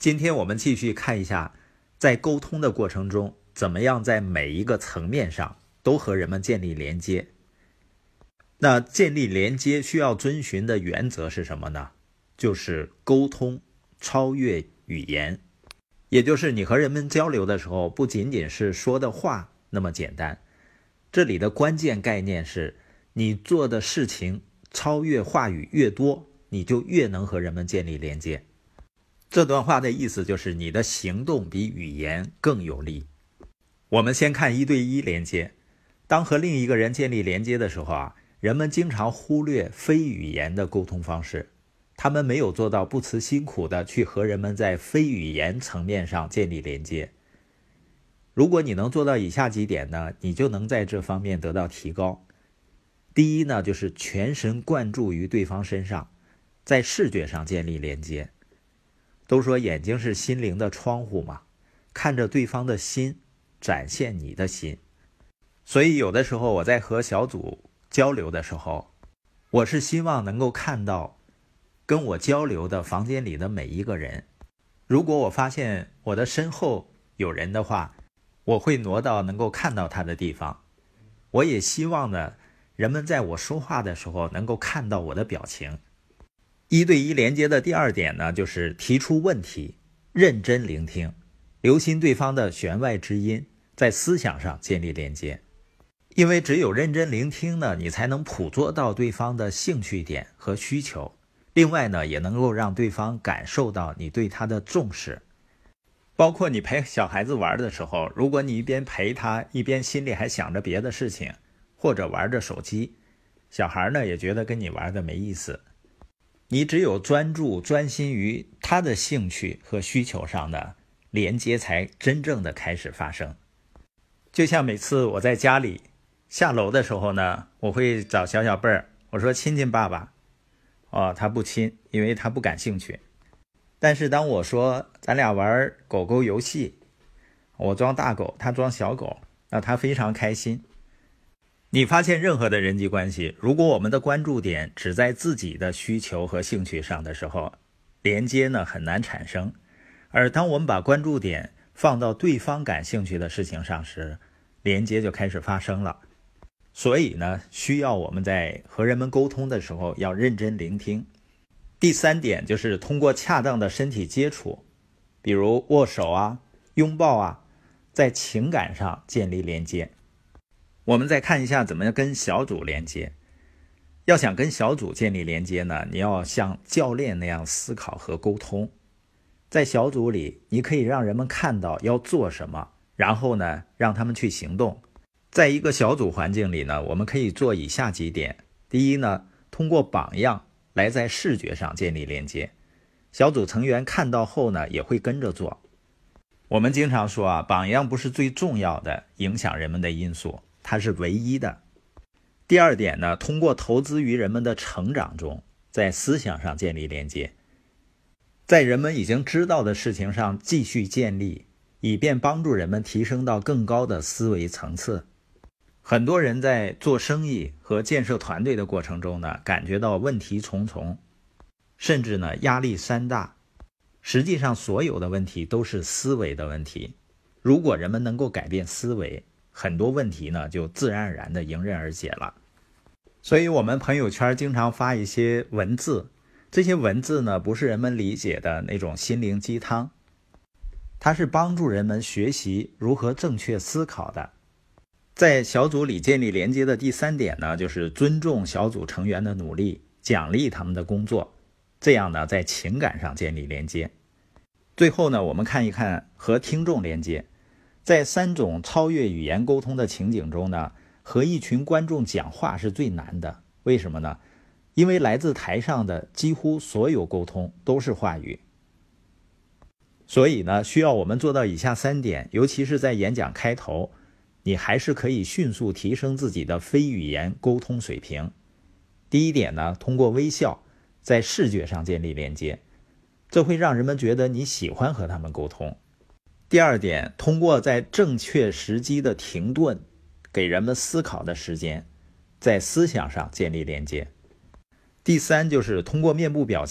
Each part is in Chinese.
今天我们继续看一下，在沟通的过程中，怎么样在每一个层面上都和人们建立连接。那建立连接需要遵循的原则是什么呢？就是沟通超越语言，也就是你和人们交流的时候，不仅仅是说的话那么简单。这里的关键概念是，你做的事情超越话语越多，你就越能和人们建立连接。这段话的意思就是你的行动比语言更有力。我们先看1对1连接。当和另一个人建立连接的时候人们经常忽略非语言的沟通方式，他们没有做到不辞辛苦的去和人们在非语言层面上建立连接。如果你能做到以下几点呢，你就能在这方面得到提高。第一呢，就是全神贯注于对方身上，在视觉上建立连接。都说眼睛是心灵的窗户嘛，看着对方的心，展现你的心。所以有的时候我在和小组交流的时候，我是希望能够看到跟我交流的房间里的每一个人。如果我发现我的身后有人的话，我会挪到能够看到他的地方。我也希望呢，人们在我说话的时候能够看到我的表情。1对1连接的第二点呢，就是提出问题，认真聆听，留心对方的弦外之音，在思想上建立连接。因为只有认真聆听呢，你才能捕捉到对方的兴趣点和需求。另外呢，也能够让对方感受到你对他的重视。包括你陪小孩子玩的时候，如果你一边陪他，一边心里还想着别的事情，或者玩着手机，小孩呢也觉得跟你玩的没意思。你只有专注专心于他的兴趣和需求上呢，连接才真正的开始发生。就像每次我在家里下楼的时候呢，我会找小贝儿，我说亲亲爸爸，他不亲，因为他不感兴趣。但是当我说咱俩玩狗狗游戏，我装大狗，他装小狗，那他非常开心。你发现任何的人际关系，如果我们的关注点只在自己的需求和兴趣上的时候，连接呢很难产生。而当我们把关注点放到对方感兴趣的事情上时，连接就开始发生了。所以呢，需要我们在和人们沟通的时候要认真聆听。第3点就是通过恰当的身体接触，比如握手拥抱在情感上建立连接。我们再看一下怎么样跟小组连接。要想跟小组建立连接呢，你要像教练那样思考和沟通。在小组里，你可以让人们看到要做什么，然后呢，让他们去行动。在一个小组环境里呢，我们可以做以下几点。第一呢，通过榜样来在视觉上建立连接。小组成员看到后呢，也会跟着做。我们经常说榜样不是最重要的影响人们的因素，它是唯一的。第2点呢，通过投资于人们的成长中，在思想上建立连接，在人们已经知道的事情上继续建立，以便帮助人们提升到更高的思维层次。很多人在做生意和建设团队的过程中呢，感觉到问题重重，甚至呢压力山大。实际上所有的问题都是思维的问题。如果人们能够改变思维，很多问题呢就自然而然的迎刃而解了。所以我们朋友圈经常发一些文字，这些文字呢不是人们理解的那种心灵鸡汤，它是帮助人们学习如何正确思考的。在小组里建立连接的第3点呢，就是尊重小组成员的努力，奖励他们的工作，这样呢在情感上建立连接。最后呢，我们看一看和听众连接。在3种超越语言沟通的情景中呢，和一群观众讲话是最难的。为什么呢？因为来自台上的几乎所有沟通都是话语。所以呢，需要我们做到以下3点，尤其是在演讲开头，你还是可以迅速提升自己的非语言沟通水平。第1点呢，通过微笑，在视觉上建立连接，这会让人们觉得你喜欢和他们沟通。第2点，通过在正确时机的停顿，给人们思考的时间，在思想上建立连接。第3就是通过面部表情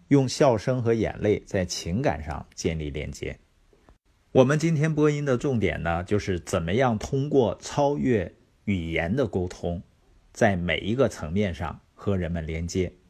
用笑声和眼泪在情感上建立连接。我们今天播音的重点呢，就是怎么样通过超越语言的沟通，在每一个层面上和人们连接。